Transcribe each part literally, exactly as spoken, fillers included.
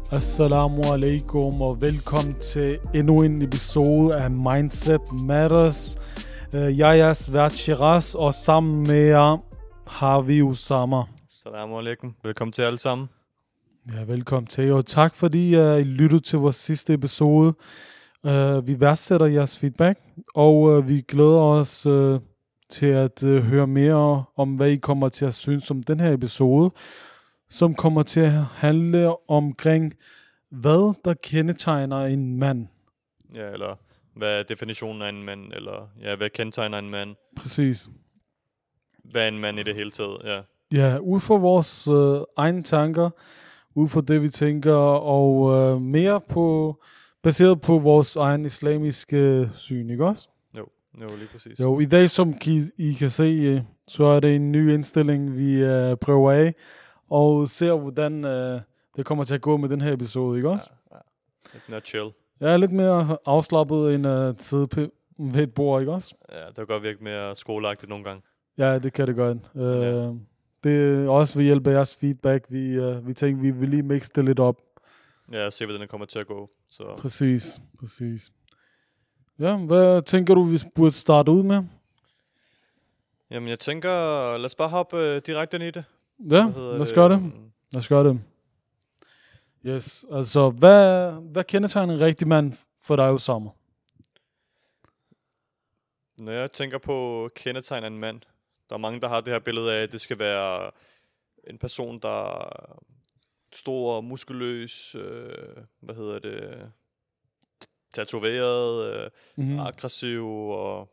Assalamu alaikum og velkommen til endnu en episode af Mindset Matters. Jeg er jeres vært Shiraz, og sammen med jer har vi Usama. Assalamu alaikum. Velkommen til alle sammen. Ja, velkommen til, og tak fordi uh, I lyttede til vores sidste episode. Uh, vi værdsætter jeres feedback, og uh, vi glæder os uh, til at uh, høre mere om, hvad I kommer til at synes om den her episode, som kommer til at handle omkring, hvad der kendetegner en mand. Ja, eller hvad er definitionen af en mand, eller ja, hvad kendetegner en mand? Præcis. Hvad er en mand i det hele taget, ja. Ja, ud fra vores øh, egne tanker, ud fra det vi tænker, og øh, mere på, baseret på vores egen islamiske syn, ikke også? Jo, jo lige præcis. Jo, i dag, som I, I kan se, øh, så er det en ny indstilling, vi øh, prøver af, og ser, hvordan øh, det kommer til at gå med den her episode, ikke også? Ja, ja. Lidt mere chill. Jeg er lidt mere afslappet end at sidde på ved et bord, ikke også? Ja, det kan godt virke mere skoleagtigt nogle gange. Ja, det kan det godt. Øh, Ja. Det er også ved hjælp af jeres feedback. Vi, uh, vi tænkte, vi vil lige mixe det lidt op. Ja, se hvordan det kommer til at gå. Så. Præcis, præcis. Ja, hvad tænker du, vi burde starte ud med? Jamen, jeg tænker, lad os bare hoppe øh, direkte ind i det. Ja, lad os gøre det. Lad os gøre det. Yes, altså, hvad, hvad kendetegner en rigtig mand for dig, Osama? Når jeg tænker på kendetegn af en mand, der er mange, der har det her billede af, at det skal være en person, der er stor, muskuløs, øh, hvad hedder det, tatoveret, øh, Mm-hmm. aggressiv og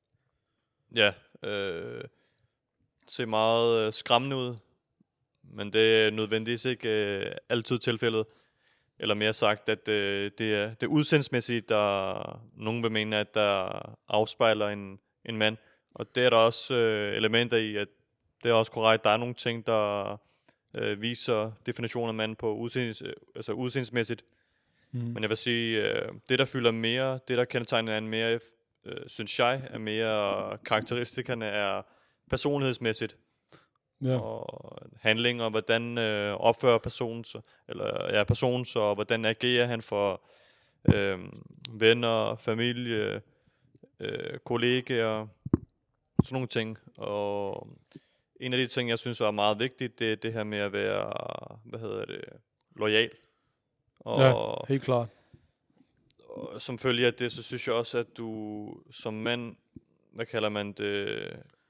ja, øh, ser meget øh, skræmmende ud. Men det er nødvendigvis ikke øh, altid tilfældet. Eller mere sagt, at øh, det er det udseendsmæssigt, der nogen vil mene, at der afspejler en, en mand. Og det er der også øh, elementer i, at det er også korrekt. Der er nogle ting, der øh, viser definitionen af mand på udseends, øh, altså udseendsmæssigt. Mm. Men jeg vil sige, øh, det der fylder mere, det der kendetegner en mere, øh, synes jeg, er mere karakteristikerne er personlighedsmæssigt. Ja. Og handlinger, hvordan øh, opfører personen sig, eller ja, personen sig, og hvordan agerer han for øh, venner, familie, øh, kollegaer, sådan nogle ting. Og en af de ting, jeg synes er meget vigtigt, det er det her med at være, hvad hedder det, loyal. Og, Ja, helt klart. og som følge af det, så synes jeg også, at du som mand, hvad kalder man det,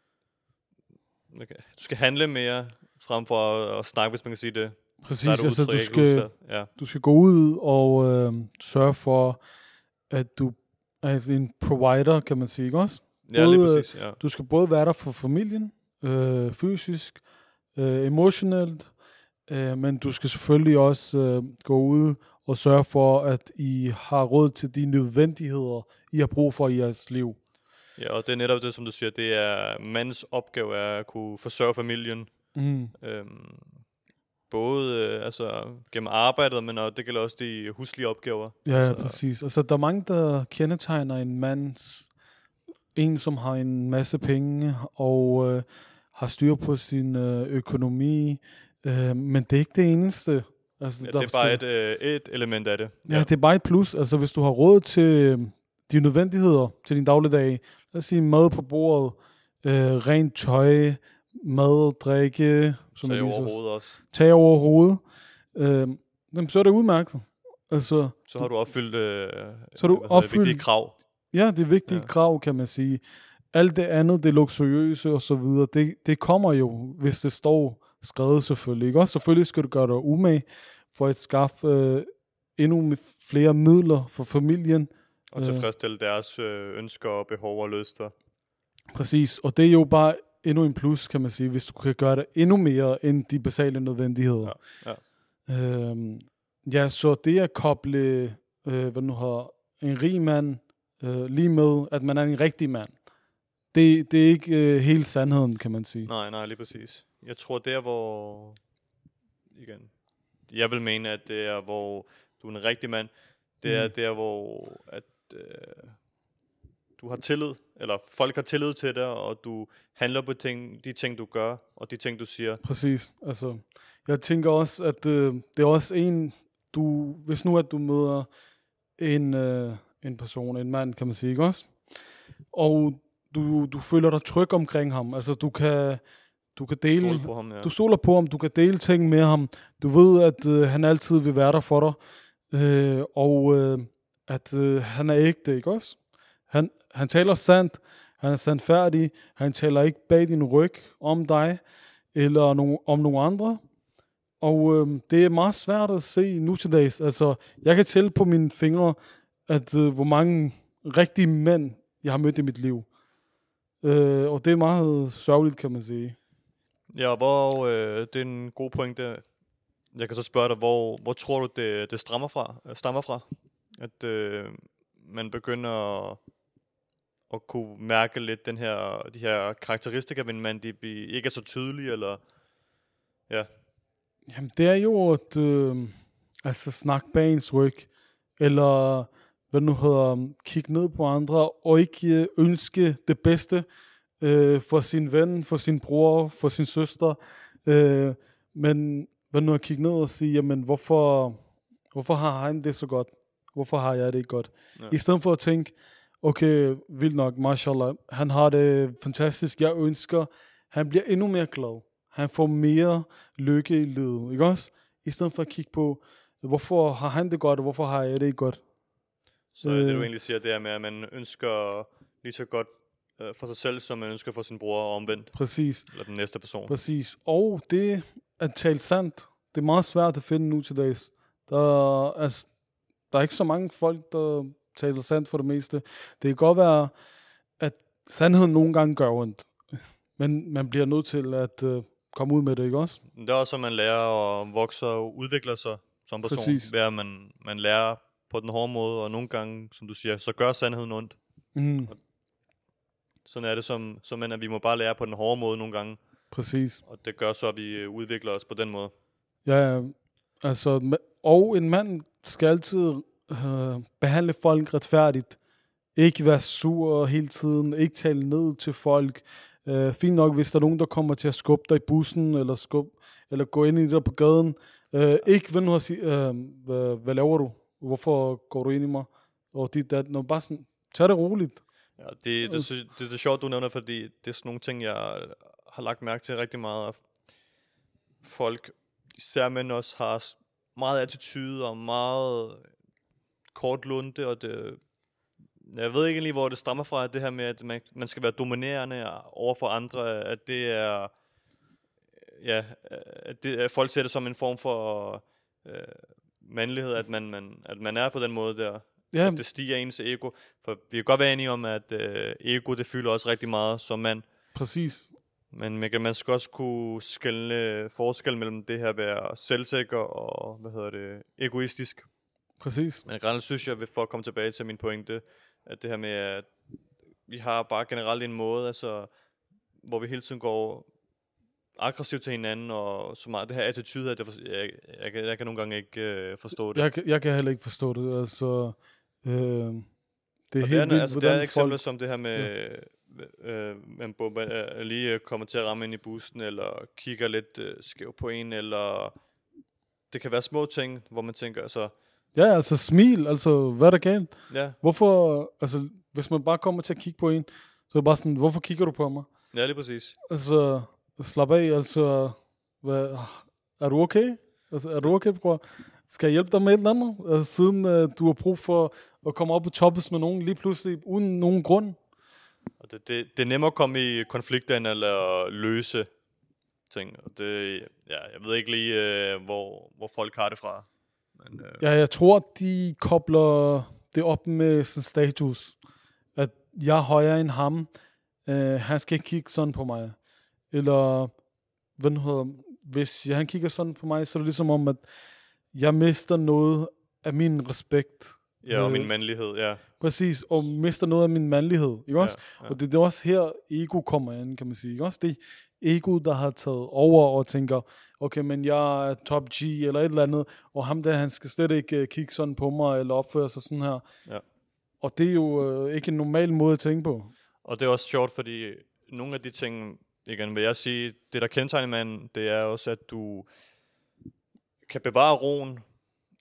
okay, du skal handle mere, frem for at, at snakke, hvis man kan sige det. Præcis, Der er det altså udtryk, du ikke? skal, Husk det. Ja. du skal gå ud og øh, sørge for, at du er en provider, kan man sige, ikke også? Ja, lige Både, præcis, ja. Du skal både være der for familien, øh, fysisk, øh, emotionelt, øh, men du skal selvfølgelig også øh, gå ud og sørge for, at I har råd til de nødvendigheder, I har brug for i jeres liv. Ja, og det er netop det, som du siger, det er mandens opgave er at kunne forsørge familien. Mm. Øhm, både øh, altså, gennem arbejdet, men også, det gælder også de huslige opgaver. Ja, altså, præcis. Altså, der er mange, der kendetegner en mands, en som har en masse penge, og øh, har styr på sin øh, økonomi, øh, men det er ikke det eneste. Altså, ja, der det er bare skal- et, øh, et element af det. Ja, det er bare et plus. Altså, hvis du har råd til øh, de nødvendigheder til din dagligdag, lad os sige mad på bordet, øh, rent tøj, mad, drikke, som Tag jeg lige over så- hovedet også. tag over hovedet, øh, jamen, så er det udmærket. Altså, Så har du opfyldt, øh, Så har du hvad hedder det, opfyldt- vigtige krav. ja, det er vigtige ja. Ja. krav, kan man sige. Alt det andet, det luksuriøse og så videre, det, det kommer jo, hvis det står skrevet selvfølgelig. Ikke? Også selvfølgelig skal du gøre dig umage for at skaffe øh, endnu flere midler for familien. Og Øh. tilfredsstille deres øh, ønsker og behov og lyster. Præcis, og det er jo bare endnu en plus, kan man sige, hvis du kan gøre det endnu mere end de basale nødvendigheder. Ja, Øhm, ja, så det at koble, øh, hvad nu har, en rig mand øh, lige med, at man er en rigtig mand, det, det er ikke øh, hele sandheden, kan man sige. Nej, nej, lige præcis. Jeg tror, der hvor, igen, jeg vil mene, at det er, hvor du er en rigtig mand, det er Mm. der, hvor at, øh, du har tillid, eller folk har tillid til dig, og du handler på ting, de ting, du gør, og de ting, du siger. Præcis. Altså, jeg tænker også, at øh, det er også en du, hvis nu at du møder en, øh, en person, en mand, kan man sige, ikke også? Og du, du føler dig tryg omkring ham. Altså, du kan, du kan dele... Stole på ham, ja. Du stoler på ham, du kan dele ting med ham. Du ved, at øh, han altid vil være der for dig. Øh, og øh, at øh, han er ægte, ikke også? Han, han taler sandt. Han er sandfærdig. Han taler ikke bag din ryg om dig, eller no, om nogle andre. Og øh, det er meget svært at se nu til dags. Altså, jeg kan tælle på mine fingre, at øh, hvor mange rigtige mænd, jeg har mødt i mit liv. Øh, og det er meget sørgeligt, kan man sige. Ja, og hvor, øh, det er en god pointe. Jeg kan så spørge dig, hvor, hvor tror du, det, det stammer fra? Stammer fra? At øh, man begynder at, at kunne mærke lidt den her, de her karakteristika ved en mand, de ikke er så tydelige, eller... Ja. Jamen, det er jo at øh, altså snakke bag ens ryg, eller hvad nu hedder, kigge ned på andre, og ikke øh, ønske det bedste øh, for sin ven, for sin bror, for sin søster, øh, men hvad nu at kigge ned og sige, jamen, hvorfor, hvorfor har han det så godt? Hvorfor har jeg det ikke godt? Ja. I stedet for at tænke, okay, vildt nok, mashallah, han har det fantastisk, jeg ønsker, han bliver endnu mere glad. Han får mere lykke i livet, ikke også? I stedet for at kigge på, hvorfor har han det godt, og hvorfor har jeg det ikke godt? Så øh, det du egentlig siger, det er med, at man ønsker lige så godt øh, for sig selv, som man ønsker for sin bror og omvendt. Præcis. Eller den næste person. Præcis. Og det at tale sandt, det er meget svært at finde nu til dags. Der, altså, der er ikke så mange folk, der taler sandt for det meste. Det kan godt være, at sandheden nogle gange gør ondt. Men man bliver nødt til at uh, komme ud med det, ikke også? Det er også, at man lærer at vokse og udvikle sig som person. Præcis. Ved at man, man lærer på den hårde måde, og nogle gange, som du siger, så gør sandheden ondt. Mm. Sådan er det som, som mænd, at vi må bare lære på den hårde måde nogle gange. Præcis. Og det gør så, at vi udvikler os på den måde. Ja, altså, og en mand skal altid øh, behandle folk retfærdigt. Ikke være sur hele tiden, ikke tale ned til folk. Uh, fint nok, hvis der er nogen, der kommer til at skubbe dig i bussen, eller, skub, eller gå ind i dig på gaden. Uh, ikke ved nu at sige, uh, hvad, hvad laver du? Hvorfor går du ind i mig? Og det, det, når bare sådan, tag det roligt. Ja, det, det, det, det, det er sjovt, du nævner, fordi det er sådan nogle ting, jeg har lagt mærke til rigtig meget. Folk, især mænd også, har meget attitude og meget kort lunte, og det... Jeg ved ikke lige, hvor det stammer fra, det her med, at man, man skal være dominerende over for andre, at det er, ja, at, det, at folk ser det som en form for øh, mandlighed, at man, man, at man er på den måde der, ja. At det stiger ens ego, for vi kan godt være enige om, at øh, ego, det fylder også rigtig meget som mand. Præcis. Men man, man skal også kunne skelne forskel mellem det her at være selvsikker og, hvad hedder det, egoistisk. Præcis. Men generelt synes jeg, for at komme tilbage til min pointe, at det her med, at vi har bare generelt en måde, altså, hvor vi hele tiden går aggressivt til hinanden, og så meget det her attitude, at jeg, jeg, jeg, jeg, jeg kan nogle gange ikke øh, forstå det. Jeg, jeg kan heller ikke forstå det, altså, øh, det er og helt det er, vildt, altså, det er et eksempel folk... som det her med, ja. øh, man øh, lige kommer til at ramme ind i bussen, eller kigger lidt øh, skæv på en, eller det kan være små ting, hvor man tænker, altså, ja, altså smil, altså hvad er der galt? Ja. Hvorfor, altså hvis man bare kommer til at kigge på en, så er det bare sådan, hvorfor kigger du på mig? Ja, lige præcis. Altså, slap af, altså, hvad, er du okay? Altså, er du okay, bror? Skal jeg hjælpe dig med et eller andet? Altså, siden uh, du har brug for at komme op og toppes med nogen lige pludselig, uden nogen grund. Og det, det, det er nemmere at komme i konflikter, end at løse ting. Og det, ja, jeg ved ikke lige, uh, hvor, hvor folk har det fra. Men, øh. Ja, jeg tror, de kobler det op med sådan status. At jeg er højere end ham. Uh, han skal ikke kigge sådan på mig. Eller, hvad hedder, hvis han kigger sådan på mig, så er det ligesom om, at jeg mister noget af min respekt. Ja, og uh, min mandlighed, ja. Præcis, og mister noget af min mandlighed, ikke også? Ja, ja. Og det, det er også her, ego kommer ind, kan man sige, ikke også? Det er ego, der har taget over og tænker, okay, men jeg er top G eller et eller andet, og ham der, han skal slet ikke uh, kigge sådan på mig, eller opføre sig sådan her. Ja. Og det er jo uh, ikke en normal måde at tænke på. Og det er også sjovt, fordi nogle af de ting, igen vil jeg sige, det der kendetegner manden, det er også, at du kan bevare roen,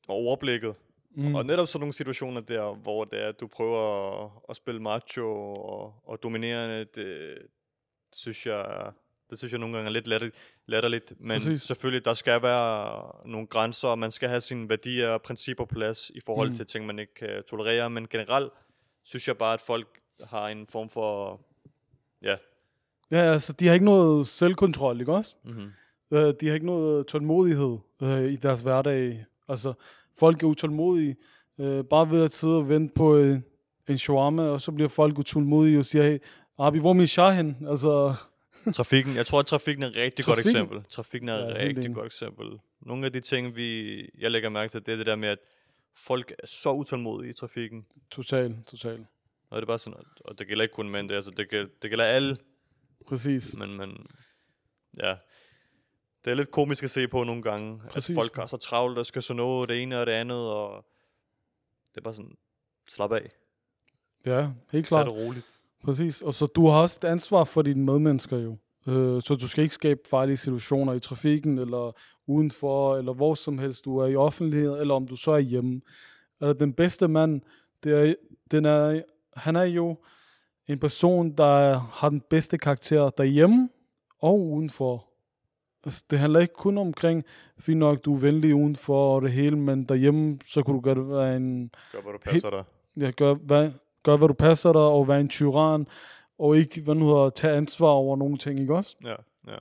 overblikket. Mm. Og netop sådan nogle situationer der, hvor det er, at du prøver at, at spille macho og, og dominerende, det, det synes jeg, det synes jeg nogle gange er lidt latter, latterligt. Men Præcis. selvfølgelig, der skal være nogle grænser, og man skal have sine værdier og principper på plads i forhold Mm. til ting, man ikke kan tolerere. Men generelt synes jeg bare, at folk har en form for, ja. Ja, altså, de har ikke noget selvkontrol, ikke også? Mm-hmm. Uh, de har ikke noget tålmodighed uh, i deres hverdag. Altså, folk er utålmodige. Uh, bare ved at sidde og vente på uh, en shawarma, og så bliver folk utålmodige og siger, hey, Abi, hvor er min shah hen? Altså... Trafikken, jeg tror, at trafikken er et rigtig Trafikken? godt eksempel. Trafikken er Ja, et helt rigtig enig. godt eksempel. Nogle af de ting, vi, jeg lægger mærke til, det er det der med, at folk er så utålmodige i trafikken. Total, total. Og det er bare sådan, og det gælder ikke kun mænd, det, altså, det, gælder, det gælder alle. Præcis. Men, men ja, det er lidt komisk at se på nogle gange, Præcis. at folk har så travlt, og skal så nå det ene og det andet, og det er bare sådan, slap af. Ja, helt Tag klart. det roligt. Præcis. Og så du har også et ansvar for dine medmennesker jo. Øh, så du skal ikke skabe farlige situationer i trafikken, eller udenfor, eller hvor som helst du er i offentlighed, eller om du så er hjemme. Altså, den bedste mand, det er, den er, han er jo en person, der har den bedste karakter derhjemme og udenfor. Altså, det handler ikke kun omkring, fint nok, du er venlig udenfor og det hele, men derhjemme, så kunne du godt være en... Gør, hvad du passer dig. Ja, gør, hvad, gør, hvad du passer dig, og være en tyran, og ikke, hvad nu hedder, tage ansvar over nogle ting, ikke også? Ja, ja.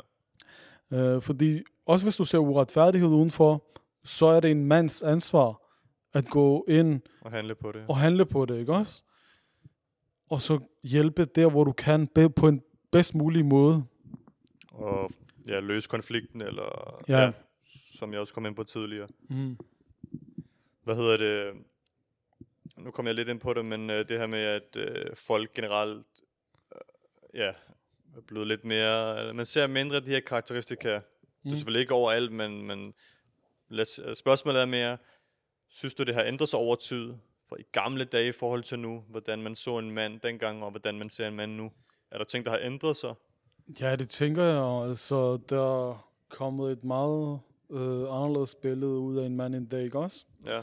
Øh, fordi, også hvis du ser uretfærdighed udenfor, så er det en mands ansvar at gå ind Og handle på det. og handle på det, ikke også? Og så hjælpe der, hvor du kan, be- på en bedst mulig måde. Og ja, løse konflikten, eller Ja. ja, som jeg også kom ind på tidligere. Mm. Hvad hedder det? Nu kom jeg lidt ind på det, men øh, det her med, at øh, folk generelt øh, ja, er blevet lidt mere... Man ser mindre af de her karakteristika. Mm. Det er selvfølgelig ikke overalt, men, men lad, spørgsmålet er mere, synes du, det har ændret sig over tid? For i gamle dage i forhold til nu, hvordan man så en mand dengang, og hvordan man ser en mand nu. Er der ting, der har ændret sig? Ja, det tænker jeg. Altså, der er kommet et meget øh, anderledes billede ud af en mand en dag, ikke også? Ja.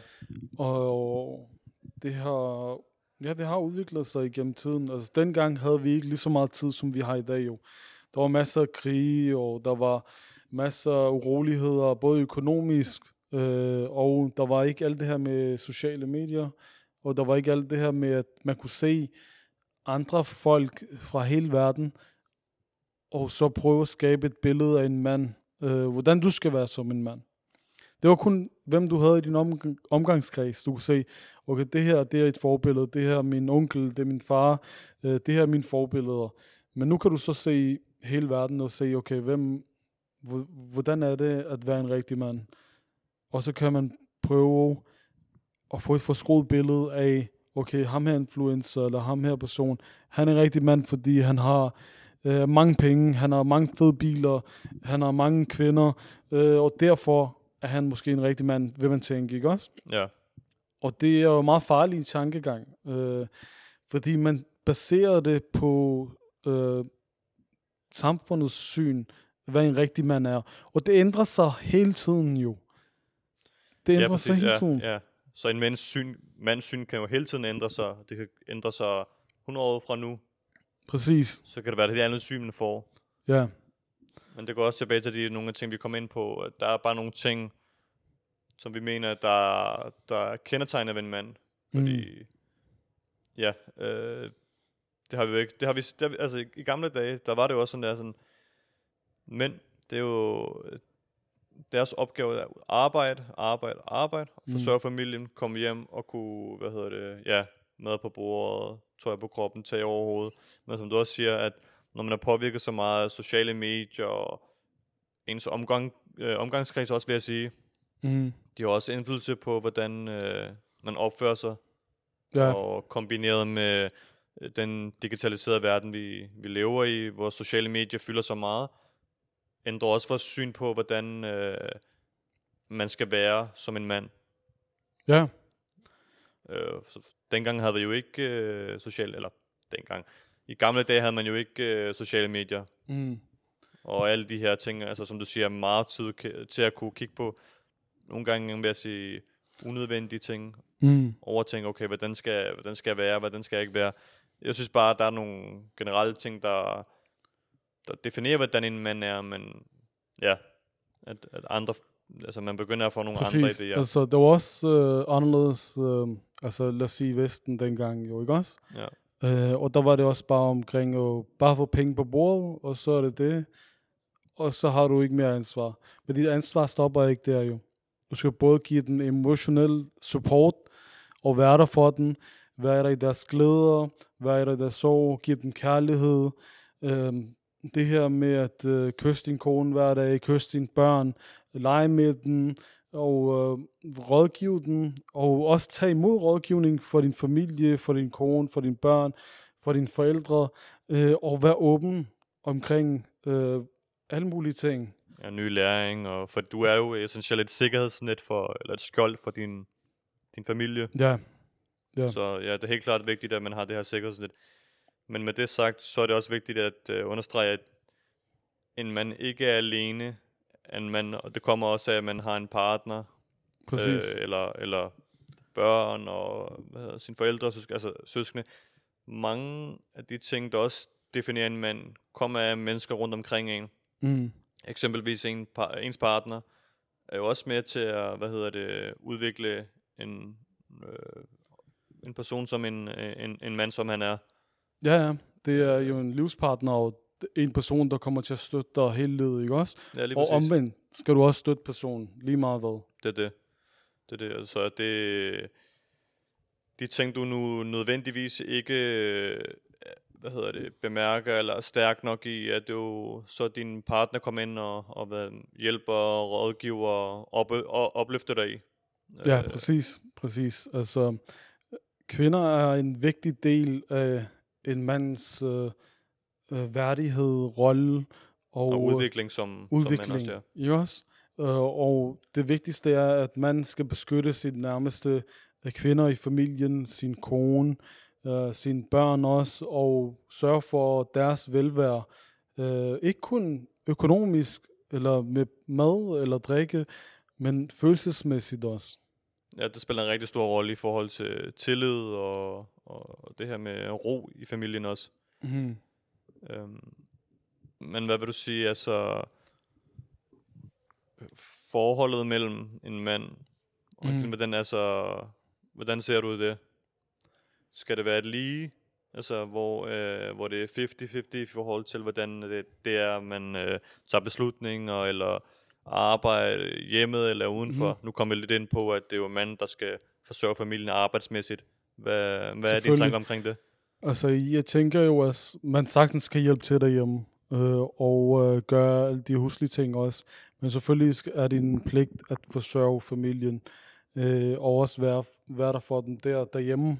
Og det har, ja, det har udviklet sig igennem tiden. Altså, dengang havde vi ikke lige så meget tid, som vi har i dag, jo. Der var masser af krige, og der var masser af uroligheder, både økonomisk, øh, og der var ikke alt det her med sociale medier, og der var ikke alt det her med, at man kunne se andre folk fra hele verden, og så prøve at skabe et billede af en mand, øh, hvordan du skal være som en mand. Det var kun, hvem du havde i din om- omgangskreds. Du kunne se, okay, det her det er et forbillede, det her er min onkel, det er min far, øh, det her er mine forbilleder. Men nu kan du så se hele verden og se, okay, hvem, h- hvordan er det at være en rigtig mand? Og så kan man prøve at få et forskruet billede af, okay, ham her influencer, eller ham her person, han er en rigtig mand, fordi han har øh, mange penge, han har mange fede biler, han har mange kvinder, øh, og derfor er han måske en rigtig mand, vil man tænke, ikke også? Ja. Og det er jo meget farlig tankegang, øh, fordi man baserer det på øh, samfundets syn, hvad en rigtig mand er. Og det ændrer sig hele tiden jo. Det ændrer ja, sig hele tiden. Ja, ja. Så en mands syn, mands syn kan jo hele tiden ændre sig. Det kan ændre sig hundrede år fra nu. Præcis. Så kan det være det andet syn, man får. Ja. Men det går også tilbage til de nogle af ting, vi kom ind på. At der er bare nogle ting, som vi mener, der, der er kendetegnet ved en mand. Fordi, mm. ja, øh, det har vi jo ikke. Det har vi, det har vi, altså i, i gamle dage, der var det jo også sådan der, sådan, mænd, det er jo, deres opgave er at arbejde, arbejde, arbejde, forsørge mm. familien, komme hjem og kunne, hvad hedder det, ja, mad på bordet, tøj på kroppen, tag over hovedet. Men som du også siger, at når man er påvirket så meget af sociale medier og ens omgang, øh, omgangskreds også, vil jeg sige, mm. de har også indflydelse på, hvordan øh, man opfører sig, ja. Og kombineret med øh, den digitaliserede verden, vi, vi lever i, hvor sociale medier fylder så meget, ændrer også vores syn på, hvordan øh, man skal være som en mand. Ja. Øh, så dengang havde vi jo ikke øh, sociale, eller dengang, i gamle dage havde man jo ikke øh, sociale medier. Mm. Og alle de her ting, altså som du siger, meget tid k- til at kunne kigge på. Nogle gange vil jeg sige, unødvendige ting. Mm. Overtænke, okay, hvordan skal, hvordan skal jeg være, hvordan skal jeg ikke være. Jeg synes bare, at der er nogle generelle ting, der, der definerer, hvordan en mand er, men ja, at, at andre, altså man begynder at få nogle Præcis. andre idéer. Altså, det var også øh, anderledes, øh, altså lad os sige Vesten dengang jo, ikke også? Ja. Øh, og der var det også bare omkring at bare få penge på bordet, og så er det det. Og så har du ikke mere ansvar. Men dit ansvar stopper ikke der jo. Du skal både give den emotionel support, og være der for den, være der i deres glæder, være der i deres sorg, give den kærlighed. Øhm, det her med at øh, kysse din kone hver dag, kysse dine børn, lege med den, og øh, rådgive den, og også tage imod rådgivning for din familie, for din kone, for dine børn, for dine forældre, øh, og være åben omkring øh, alle mulige ting. Ja, ny læring, og for du er jo essentielt et sikkerhedsnet for, eller et skjold for din, din familie. Ja. Ja. Så ja, det er helt klart vigtigt, at man har det her sikkerhedsnet. Men med det sagt, så er det også vigtigt at øh, understrege, at en mand ikke er alene. En mand, og det kommer også af, at man har en partner, Præcis. øh, eller, eller børn, og hvad hedder, sine forældre, søsk- altså søskende. Mange af de ting, der også definerer en mand, kommer af mennesker rundt omkring en. Mm. Eksempelvis en par, ens partner er jo også med til at, hvad hedder det, udvikle en, øh, en person som en, en, en mand, som han er. Ja, ja. Det er jo en livspartner, og en person, der kommer til at støtte dig hele livet, ikke også? Ja, lige Og præcis. omvendt skal du også støtte personen, lige meget hvad. Det er det. Det er det. Så det, de ting, du nu nødvendigvis ikke, hvad hedder det, bemærker eller er stærk nok i, at det jo så din partner kommer ind og, og hvad, hjælper, rådgiver og op, og opløfter dig i. Ja, præcis. Præcis. Altså, kvinder er en vigtig del af en mands øh, øh, værdighed, rolle og, Og udvikling som, udvikling, som mand også, ja. ikke også? Øh, og det vigtigste er, at man skal beskytte sit nærmeste øh, kvinder i familien, sin kone, øh, sine børn også, og sørge for deres velvære. Øh, ikke kun økonomisk, eller med mad eller drikke, men følelsesmæssigt også. Ja, det spiller en rigtig stor rolle i forhold til tillid og, og det her med ro i familien også. Mm. Øhm, men hvad vil du sige, altså forholdet mellem en mand og en Mm. kvinde, hvordan, altså, hvordan ser du det? Skal det være et lige, altså hvor, øh, hvor det er halvtreds halvtreds i forhold til, hvordan det, det er, man øh, tager beslutninger, eller arbejde hjemmet eller udenfor? Mhm. Nu kommer vi lidt ind på, at det er jo manden, der skal forsørge familien arbejdsmæssigt. Hvad, hvad er dine Selvfølgelig. tanker omkring det? Altså, jeg tænker jo, at man sagtens kan hjælpe til derhjemme, øh, og øh, gøre alle de huslige ting også. Men selvfølgelig skal- er det en pligt at forsørge familien, øh, og også være, være der for dem der derhjemme.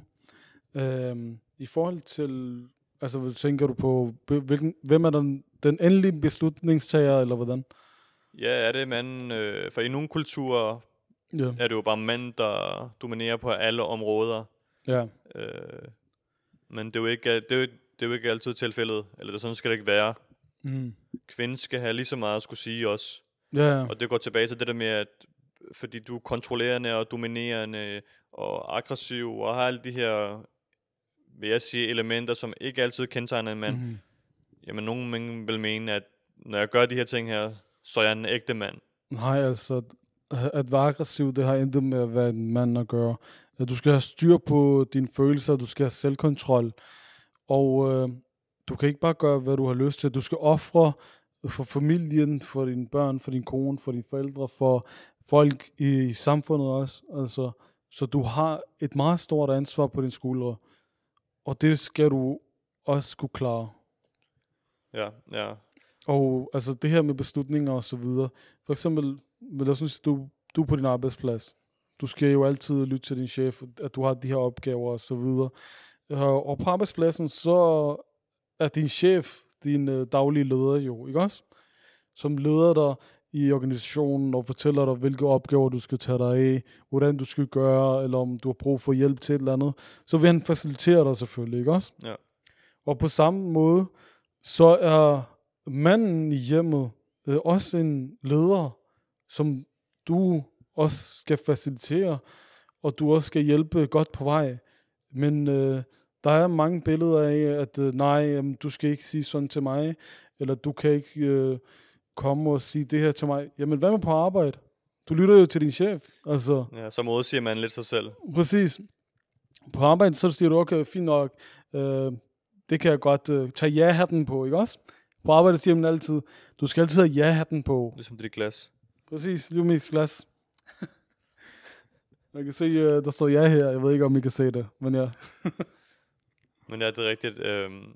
Øh, I forhold til, altså hvad tænker du på, hvilken, hvem er den, den endelige beslutningstager, eller hvordan? Ja, er det manden, øh, for i nogle kulturer Ja, er det jo bare mænd, der dominerer på alle områder. ja. Øh, men det er, jo ikke, det, er jo, det er jo ikke altid tilfældet, eller det, sådan skal det ikke være. Mm. Kvinden skal have lige så meget at skulle sige også. Ja, Og det går tilbage til det der med, at fordi du er kontrollerende og dominerende og aggressiv og har alle de her, vil jeg sige, elementer, som ikke altid kendetegner en mand. mm. Jamen, nogen mænd vil mene, at når jeg gør de her ting her, så er jeg en ægte mand. Nej, altså, at- at være aggressiv, det har intet med at være en mand at gøre. At du skal have styr på dine følelser, du skal have selvkontrol, og øh, du kan ikke bare gøre, hvad du har lyst til. Du skal ofre for familien, for dine børn, for din kone, for dine forældre, for folk i samfundet også. Altså, så du har et meget stort ansvar på dine skuldre, og det skal du også kunne klare. Ja, ja. Og altså det her med beslutninger og så videre. For eksempel, lad os nu sige, du, du er på din arbejdsplads. Du skal jo altid lytte til din chef, at du har de her opgaver og så videre. Øh, Og på arbejdspladsen, så er din chef din øh, daglige leder jo, ikke også? Som leder dig i organisationen og fortæller dig, hvilke opgaver du skal tage dig af, hvordan du skal gøre, eller om du har brug for hjælp til et eller andet. Så vil han facilitere dig selvfølgelig, ikke også? Ja. Og på samme måde, så er manden i hjemmet øh, også en leder, som du også skal facilitere. og du også skal hjælpe godt på vej. Men øh, der er mange billeder af, at øh, nej, jamen, du skal ikke sige sådan til mig, eller du kan ikke øh, komme og sige det her til mig. Jamen, hvad med på arbejde? Du lytter jo til din chef. Altså, Ja, så modsiger man lidt sig selv. præcis. På arbejde, så siger du, okay, fint nok, øh, det kan jeg godt øh, tage ja-hatten på, ikke også? På arbejde siger man altid, du skal altid have ja-hatten på. Ligesom dit glas. Præcis, lige mit glas. Jeg kan se, uh, der står ja her. Jeg ved ikke, om I kan se det, men ja. Men ja, det er rigtigt. Øhm,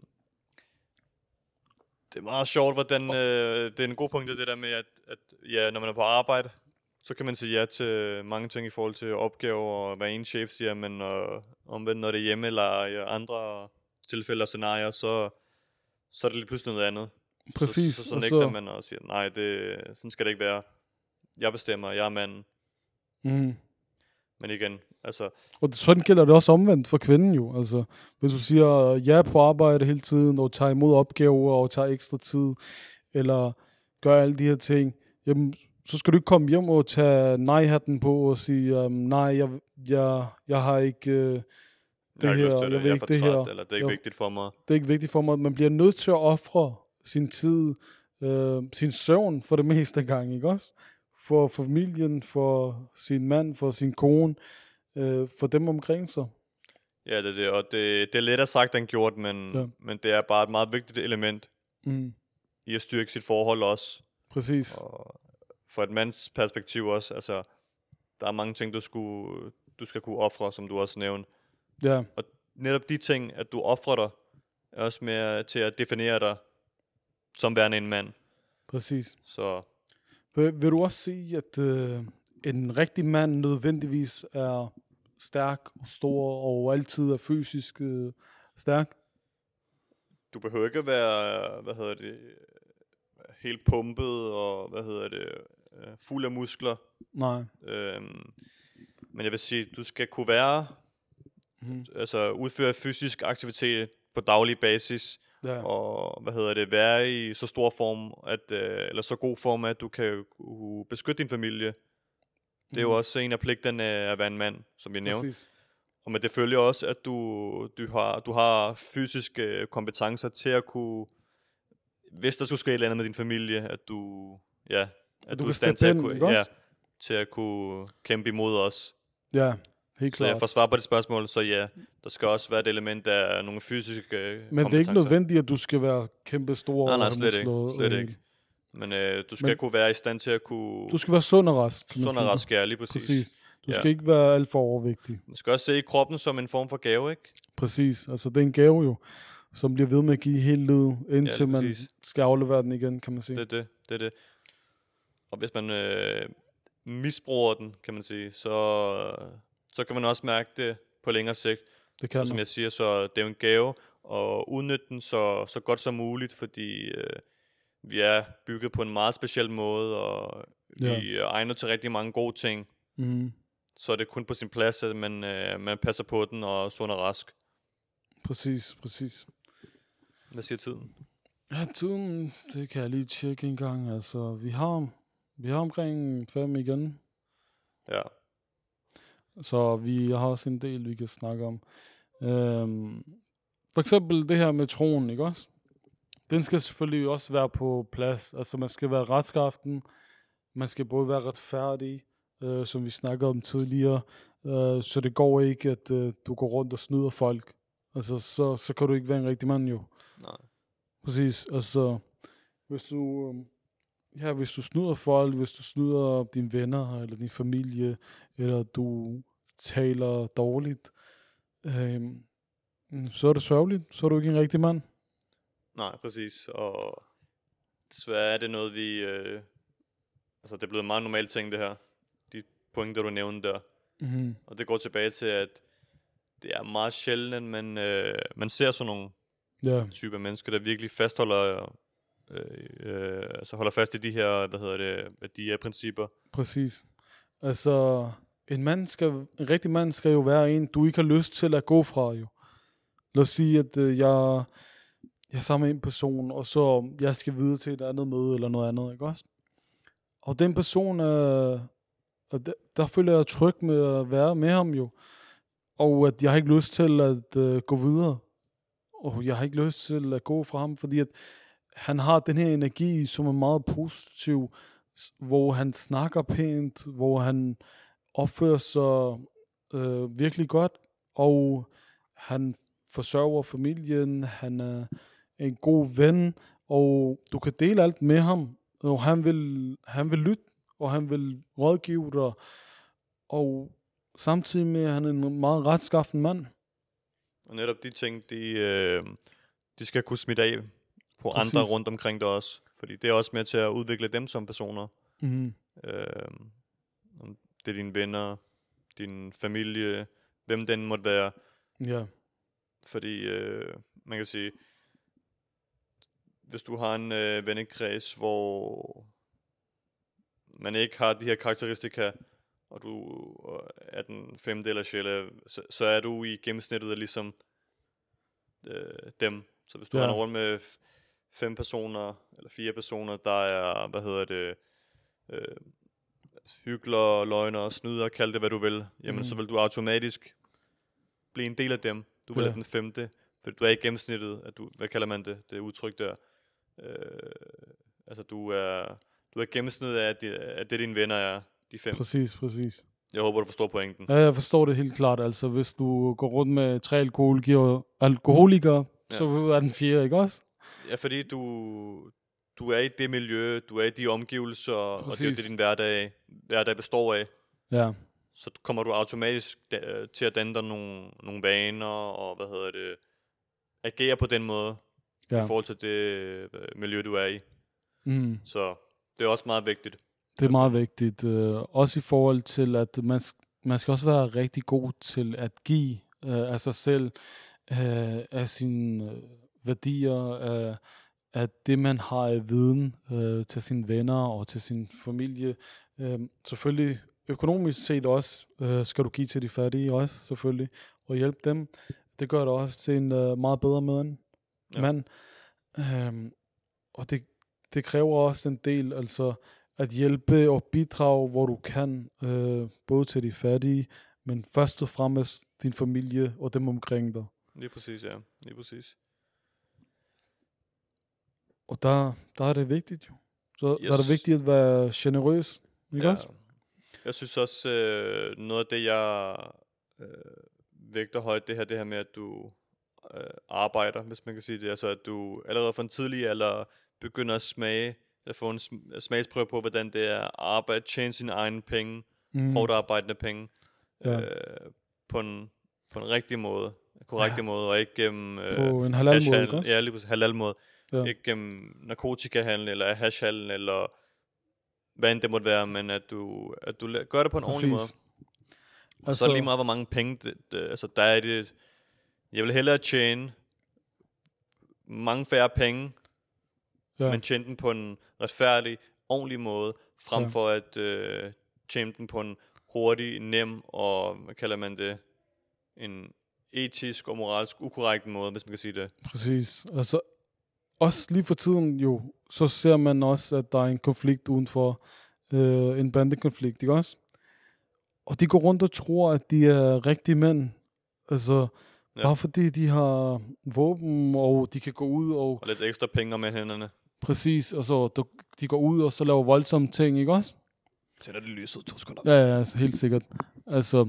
det er meget sjovt, hvordan øh, det er en god punkt, det der med, at, at ja, når man er på arbejde, så kan man sige ja til mange ting i forhold til opgaver, og hvad en chef siger, men øh, omvendt, når det er hjemme eller i andre tilfælde og scenarier, så, så er det lige pludselig noget andet. Præcis. Så, så, så nægter man og siger, nej, det, sådan skal det ikke være. Jeg bestemmer, jeg er manden. Mm. Men igen, altså... Og sådan gælder det også omvendt for kvinden jo. Altså, hvis du siger ja på arbejde hele tiden, og tager imod opgaver, og tager ekstra tid, eller gør alle de her ting, jamen, så skal du ikke komme hjem og tage nej-hatten på og sige, um, nej, jeg, jeg, jeg har ikke øh, det jeg har her, ikke lyst til det, jeg jeg, vil jeg ikke er det træt, her. eller det er ikke jeg, vigtigt for mig. Det er ikke vigtigt for mig. Man bliver nødt til at ofre sin tid, øh, sin søvn for det meste af gang, ikke også? For familien, for sin mand, for sin kone, øh, for dem omkring sig. Ja, det er det, og det, det er lettere sagt end gjort, men, Ja. men det er bare et meget vigtigt element Mm. i at styrke sit forhold også. Præcis. Og for et mands perspektiv også, altså, der er mange ting, du, skulle, du skal kunne ofre, som du også nævnte. Ja. Og netop de ting, at du offrer dig, er også mere til at definere dig som værende en mand. Præcis. Så Vil, vil du også sige, at øh, en rigtig mand nødvendigvis er stærk og stor og altid er fysisk øh, stærk? du behøver ikke at være, hvad hedder det, helt pumpet og, hvad hedder det, øh, fuld af muskler. Nej. Øhm, men jeg vil sige, du skal kunne være, Mm. altså udføre fysisk aktivitet på daglig basis, Ja. og hvad hedder det, være i så stor form, at, øh, eller så god form, at du kan uh, beskytte din familie. Det er jo Mm. også en af pligterne af at være en mand, som vi nævnte. Præcis. Og men det følger også, at du, du, har, du har fysiske kompetencer til at kunne, hvis der skulle ske et eller andet med din familie, at du, ja, at du du er kan i stand til steppe at, ind, kunne, ikke ja, også? til at kunne kæmpe imod os. Ja, helt Så jeg klart. får svar på det spørgsmål, så ja, der skal også være et element af nogle fysiske øh, Men det er ikke kompetencer. nødvendigt, at du skal være kæmpe stor. Nej, nej, og have slet ikke, muskler og slet det ikke. hele. Men øh, du skal Men- kunne være i stand til at kunne... Du skal være sund og rask. kan man sund og sige. rask, ja, lige præcis. Præcis. Du Ja. skal ikke være alt for overvægtig. Man skal også se kroppen som en form for gave, ikke? Præcis. Altså, det er en gave jo, som bliver ved med at give hele livet, indtil lige man præcis. skal aflevere den igen, kan man sige. Det er det, det er det. Og hvis man øh, misbruger den, kan man sige, så, så kan man også mærke det på længere sigt. Det kan Så, som man. jeg siger, så det er jo en gave, og udnytte den så, så godt som muligt, fordi øh, vi er bygget på en meget speciel måde, og Ja. vi er egnet til rigtig mange gode ting. Mm. Så er det kun på sin plads, at man, øh, man passer på den og er sund og rask. Præcis, præcis. Hvad siger tiden? Ja, tiden, det kan jeg lige tjekke en gang. Altså, vi har, vi har omkring fem igen. Ja, Så vi har også en del, vi kan snakke om. Øhm, for eksempel det her med troen, ikke også? Den skal selvfølgelig også være på plads. Altså, man skal være retskaften. Man skal både være retfærdig, øh, som vi snakker om tidligere. Øh, så det går ikke, at øh, du går rundt og snyder folk. Altså, så, så kan du ikke være en rigtig mand, jo. nej. Præcis, altså, hvis du, øhm, ja, hvis du snyder folk, hvis du snyder dine venner, eller din familie, eller du taler dårligt, øhm, så er det sørgeligt, så er du ikke en rigtig mand. Nej, præcis. Og desværre er det noget, vi... Øh, altså, det er blevet en meget normal ting, det her. De pointer, du nævnte der. Mm-hmm. Og det går tilbage til, at det er meget sjældent, at man, øh, man ser sådan nogle Ja, typer mennesker, der virkelig fastholder... Øh, øh, altså holder fast i de her, hvad hedder det, værdier og principper. præcis. Altså, en mand skal, en rigtig mand skal jo være en, du ikke har lyst til at gå fra, jo. Lad os sige, at øh, jeg, jeg er sammen med en person, og så jeg skal videre til et andet møde, eller noget andet, ikke også? Og den person er, Og der, der føler jeg tryg med at være med ham jo. Og at jeg har ikke lyst til at øh, gå videre. Og jeg har ikke lyst til at gå fra ham, fordi at han har den her energi, som er meget positiv, s- hvor han snakker pænt, hvor han opfører sig øh, virkelig godt, og han forsørger familien, han er en god ven, og du kan dele alt med ham, og han vil, han vil lytte, og han vil rådgive dig, og samtidig med, at han er en meget retskaffen mand. Og netop de ting, de, øh, de skal kunne smitte af på Præcis. andre rundt omkring dig også. Fordi det er også med til at udvikle dem som personer. Mm. Øh, om det er dine venner, din familie, hvem den måtte være. Ja, Fordi øh, man kan sige, hvis du har en øh, vennekreds, hvor man ikke har de her karakteristika, og du er den femte eller sjette, så, så er du i gennemsnittet ligesom øh, dem. Så hvis du Ja. render rundt med f- fem personer, eller fire personer, der er, hvad hedder det, øh, hyggeler, løgner, snyder, kald det hvad du vil, jamen Mhm. så vil du automatisk blive en del af dem. Du vil Ja. være den femte, for du er i gennemsnittet, at du, hvad kalder man det, det udtryk der. Øh, altså du er, du er gennemsnittet af, de, af det dine venner er, de fem. præcis, præcis. Jeg håber, du forstår pointen. Ja, jeg forstår det helt klart. Altså, hvis du går rundt med tre alkoholikere, alkoholikere Ja. så vil du være den fjerde, ikke også? Ja, fordi du, du er i det miljø, du er i de omgivelser, og det er jo Præcis. det, din hverdag, hverdag består af. Ja, Så kommer du automatisk da, til at danne dig nogle, nogle vaner, og hvad hedder det, agere på den måde, ja. i forhold til det øh, miljø, du er i. Mm. Så det er også meget vigtigt. Det er meget vigtigt. Øh, også i forhold til, at man, sk- man skal også være rigtig god til at give øh, af sig selv, øh, af sine øh, værdier, af, af det, man har af viden øh, til sine venner og til sin familie. Øh, selvfølgelig økonomisk set også øh, skal du give til de fattige også, selvfølgelig, og hjælpe dem. Det gør dig også til en øh, meget bedre mand. Ja. mand. Øh, og det, det kræver også en del, altså at hjælpe og bidrage, hvor du kan, øh, både til de fattige, men først og fremmest din familie og dem omkring dig. Lige præcis, ja. Lige præcis. Og der, der er det vigtigt jo. Så yes. der er det Yes. vigtigt at være generøs, ikke Ja. også? Jeg synes også, øh, noget af det, jeg øh, vægter højt, det her, det her med, at du øh, arbejder, hvis man kan sige det. Altså, at du allerede fra en tidlig alder begynder at smage, eller få en sm- smagsprøve på, hvordan det er at arbejde, tjene sine egne penge, Mm. hårdt arbejdende penge, Ja. øh, på, en, på en rigtig måde, en korrekt Ja. måde, og ikke gennem øh, På en halal måde, ikke hashhandel, også? ja, lige præcis, halal måde, Ja. ikke gennem narkotikahandel, eller hashhandel, eller hvad end det måtte være, men at du, at du la- gør det på en ordentlig måde. Præcis. Og så er det lige meget, hvor mange penge, det, det, altså der er det, jeg vil hellere tjene mange færre penge, Ja. men tjene den på en retfærdig, ordentlig måde, frem Ja. for at øh, tjene den på en hurtig, nem og, hvad kalder man det, en etisk og moralsk ukorrekt måde, hvis man kan sige det. Præcis. Altså, også lige for tiden jo, så ser man også, at der er en konflikt udenfor, øh, en bandekonflikt, ikke også? Og de går rundt og tror, at de er rigtige mænd. Altså, Ja. ja. bare fordi de har våben, og de kan gå ud og... Og lidt ekstra penge med hænderne. Præcis, og så du, de går ud og så laver voldsomme ting, ikke også? Tænder det lyset to sekunder. Ja, ja, altså, helt sikkert. Altså,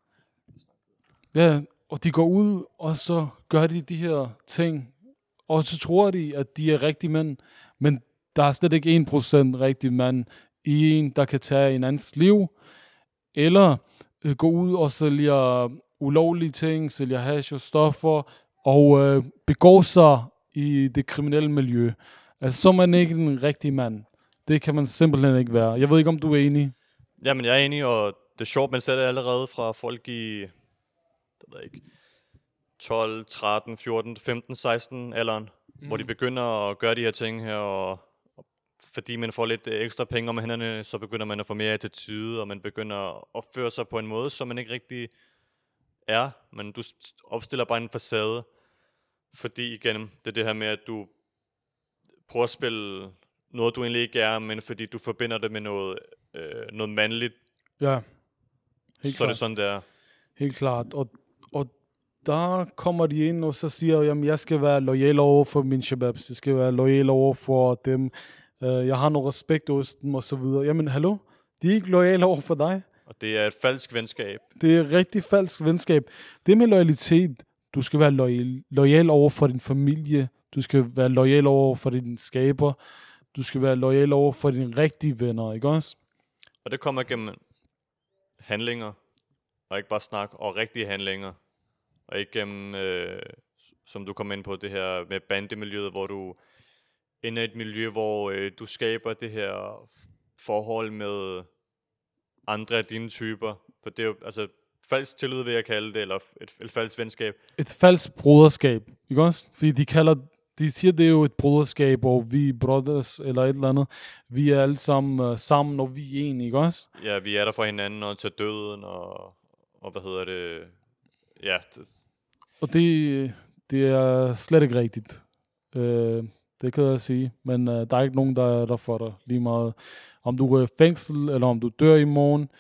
ja, og de går ud, og så gør de de her ting, og så tror de, at de er rigtige mænd, men der er slet ikke en procent rigtige mand i en, der kan tage en andens liv, eller øh, gå ud og sælge ulovlige ting, sælge hash og stoffer, og øh, begå sig i det kriminelle miljø. Altså, så er man ikke en rigtig mand. Det kan man simpelthen ikke være. Jeg ved ikke, om du er enig. Jamen, jeg er enig, og det er sjovt, man ser det allerede fra folk i, det ved jeg ikke, tolv, tretten, fjorten, femten, seksten alderen, mm. hvor de begynder at gøre de her ting her, og, og fordi man får lidt ekstra penge om hænderne, så begynder man at få mere attitude, og man begynder at opføre sig på en måde, som man ikke rigtig er, men du opstiller bare en facade, fordi igen, det er det her med, at du prøver at spille noget, du egentlig ikke er, men fordi du forbinder det med noget, øh, noget mandligt, Ja. Helt så klart. Er det sådan, det er. Helt klart. Og, og der kommer de ind, og så siger jeg, at jeg skal være loyal over for mine shababs. Jeg skal være loyal over for dem. Uh, jeg har noget respekt hos dem, og så videre. Jamen, hallo? De er ikke loyale over for dig. Og det er et falsk venskab. Det er et rigtig falsk venskab. Det med loyalitet, du skal være loyal, loyal over for din familie. Du skal være loyal over for din skaber. Du skal være loyal over for dine rigtige venner, ikke også? Og det kommer gennem handlinger, og ikke bare snak, og rigtige handlinger. Og ikke gennem, øh, som du kom ind på, det her med bandemiljøet, hvor du ender i et miljø, hvor øh, du skaber det her forhold med andre af dine typer. For det er jo, altså, falsk tillid vil jeg kalde det, eller et, et falsk venskab. Et falsk broderskab, ikke også? Fordi de kalder, de siger, det er jo et broderskab, og vi er brothers, eller et eller andet. Vi er alle sammen uh, sammen, og vi er en, ikke også? Ja, vi er der for hinanden, og til døden, og, og hvad hedder det... Ja. Det. Og det, det er slet ikke rigtigt. Uh, det kan jeg sige. Men uh, der er ikke nogen, der er der for dig lige meget. Om du går i fængsel, eller om du dør i morgen,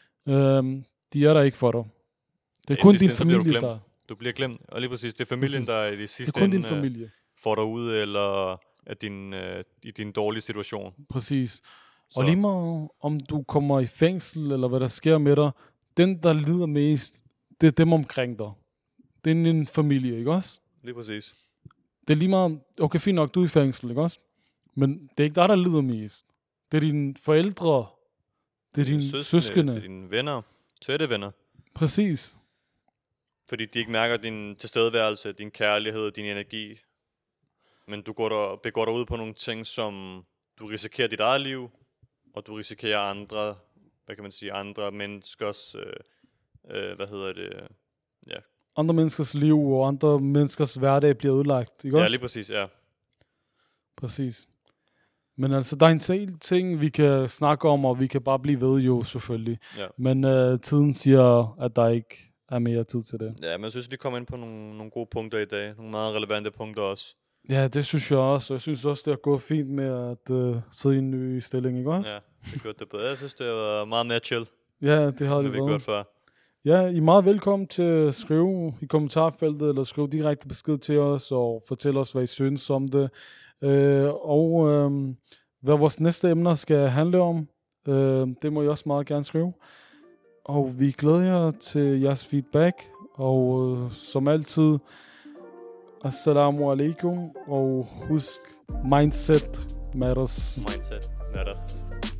uh, de er der ikke for dig. Det er ja, kun din ende, familie, du der... Du bliver glemt, og lige præcis, det er familien, præcis. Der i det sidste det er kun din ende familie. får dig ud eller af din, uh, i din dårlige situation. Præcis. Så. Og lige meget om du kommer i fængsel, eller hvad der sker med dig, den, der lider mest, det er dem omkring dig. Det er din familie, ikke også? Lige præcis. Det er lige meget, okay, fint nok, du er i fængsel, ikke også? Men det er ikke dig, der lider mest. Det er dine forældre, det er dine søskende, søskende. Det er dine venner, tætte venner. Præcis. Fordi de ikke mærker din tilstedeværelse, din kærlighed, din energi. Men du går der, begår dig ud på nogle ting, som du risikerer dit eget liv, og du risikerer andre, hvad kan man sige, andre menneskers, øh, øh, hvad hedder det, ja. Andre menneskers liv og andre menneskers hverdag bliver ødelagt, ikke også? Ja, lige præcis, ja. Præcis. Men altså, der er en del ting, vi kan snakke om, og vi kan bare blive ved jo, selvfølgelig. Ja. Men øh, tiden siger, at der ikke er mere tid til det. Ja, men jeg synes, vi kommer ind på nogle, nogle gode punkter i dag. Nogle meget relevante punkter også. Ja, det synes jeg også. Jeg synes også, det har gået fint med at øh, sidde i en ny stilling, ikke også? Ja, det har gjort det bedre. Jeg synes, det var meget mere chill. Ja, det har det været. Det har vi gjort før. Ja, I er meget velkommen til at skrive i kommentarfeltet, eller skrive direkte besked til os, og fortælle os, hvad I synes om det. Øh, og øh, hvad vores næste emner skal handle om, øh, det må I også meget gerne skrive. Og vi glæder jer til jeres feedback, og øh, som altid, assalamu alaikum, og husk, mindset matters. Mindset matters.